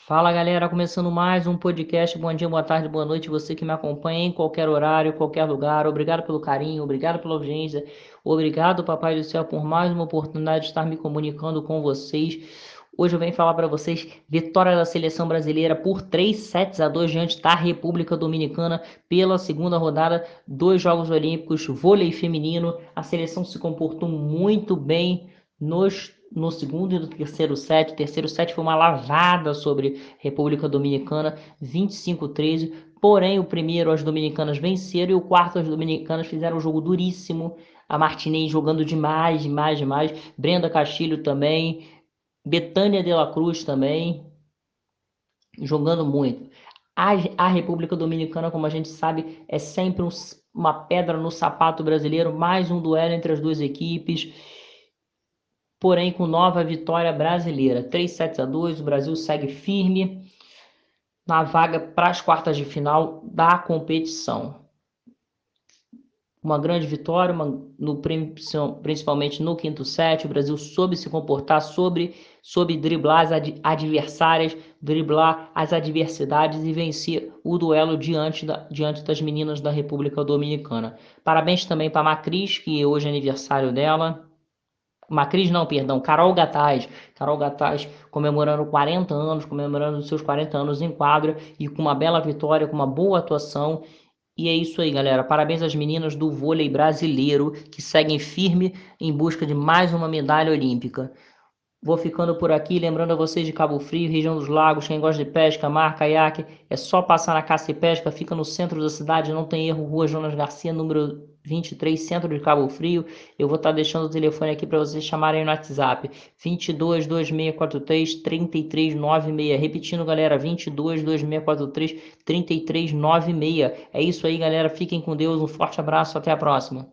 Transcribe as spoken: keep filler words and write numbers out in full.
Fala galera, começando mais um podcast. Bom dia, boa tarde, boa noite. Você que me acompanha em qualquer horário, qualquer lugar. Obrigado pelo carinho, obrigado pela audiência. Obrigado, Papai do Céu, por mais uma oportunidade de estar me comunicando com vocês. Hoje eu venho falar para vocês vitória da seleção brasileira por três sets a dois diante da República Dominicana pela segunda rodada dos Jogos Olímpicos, vôlei feminino. A seleção se comportou muito bem nos no segundo e no terceiro set. O terceiro set foi uma lavada sobre República Dominicana, vinte e cinco a treze. Porém, o primeiro as dominicanas venceram e o quarto as dominicanas fizeram um jogo duríssimo. A Martinez jogando demais, demais, demais. Brenda Castilho também. Betânia de la Cruz também, jogando muito. A, a República Dominicana, como a gente sabe, é sempre um, uma pedra no sapato brasileiro. Mais um duelo entre as duas equipes, porém com nova vitória brasileira. três sets a dois, o Brasil segue firme na vaga para as quartas de final da competição. Uma grande vitória, uma, no, principalmente no quinto set, o Brasil soube se comportar, soube, soube driblar as ad, adversárias, driblar as adversidades e vencer o duelo diante, da, diante das meninas da República Dominicana. Parabéns também para a Macris, que hoje é aniversário dela. Macris não, perdão, Carol Gataz. Carol Gataz comemorando quarenta anos, comemorando os seus quarenta anos em quadra e com uma bela vitória, com uma boa atuação. E é isso aí, galera. Parabéns às meninas do vôlei brasileiro que seguem firme em busca de mais uma medalha olímpica. Vou ficando por aqui, lembrando a vocês de Cabo Frio, região dos lagos, quem gosta de pesca, mar, caiaque, é só passar na caça e pesca, fica no centro da cidade, não tem erro, Rua Jonas Garcia, número vinte e três, centro de Cabo Frio. Eu vou estar deixando o telefone aqui para vocês chamarem no WhatsApp, vinte e dois, dois seis quatro três, três três nove seis. Repetindo, galera, vinte e dois, dois seis quatro três, três três nove seis. É isso aí, galera, fiquem com Deus, um forte abraço, até a próxima.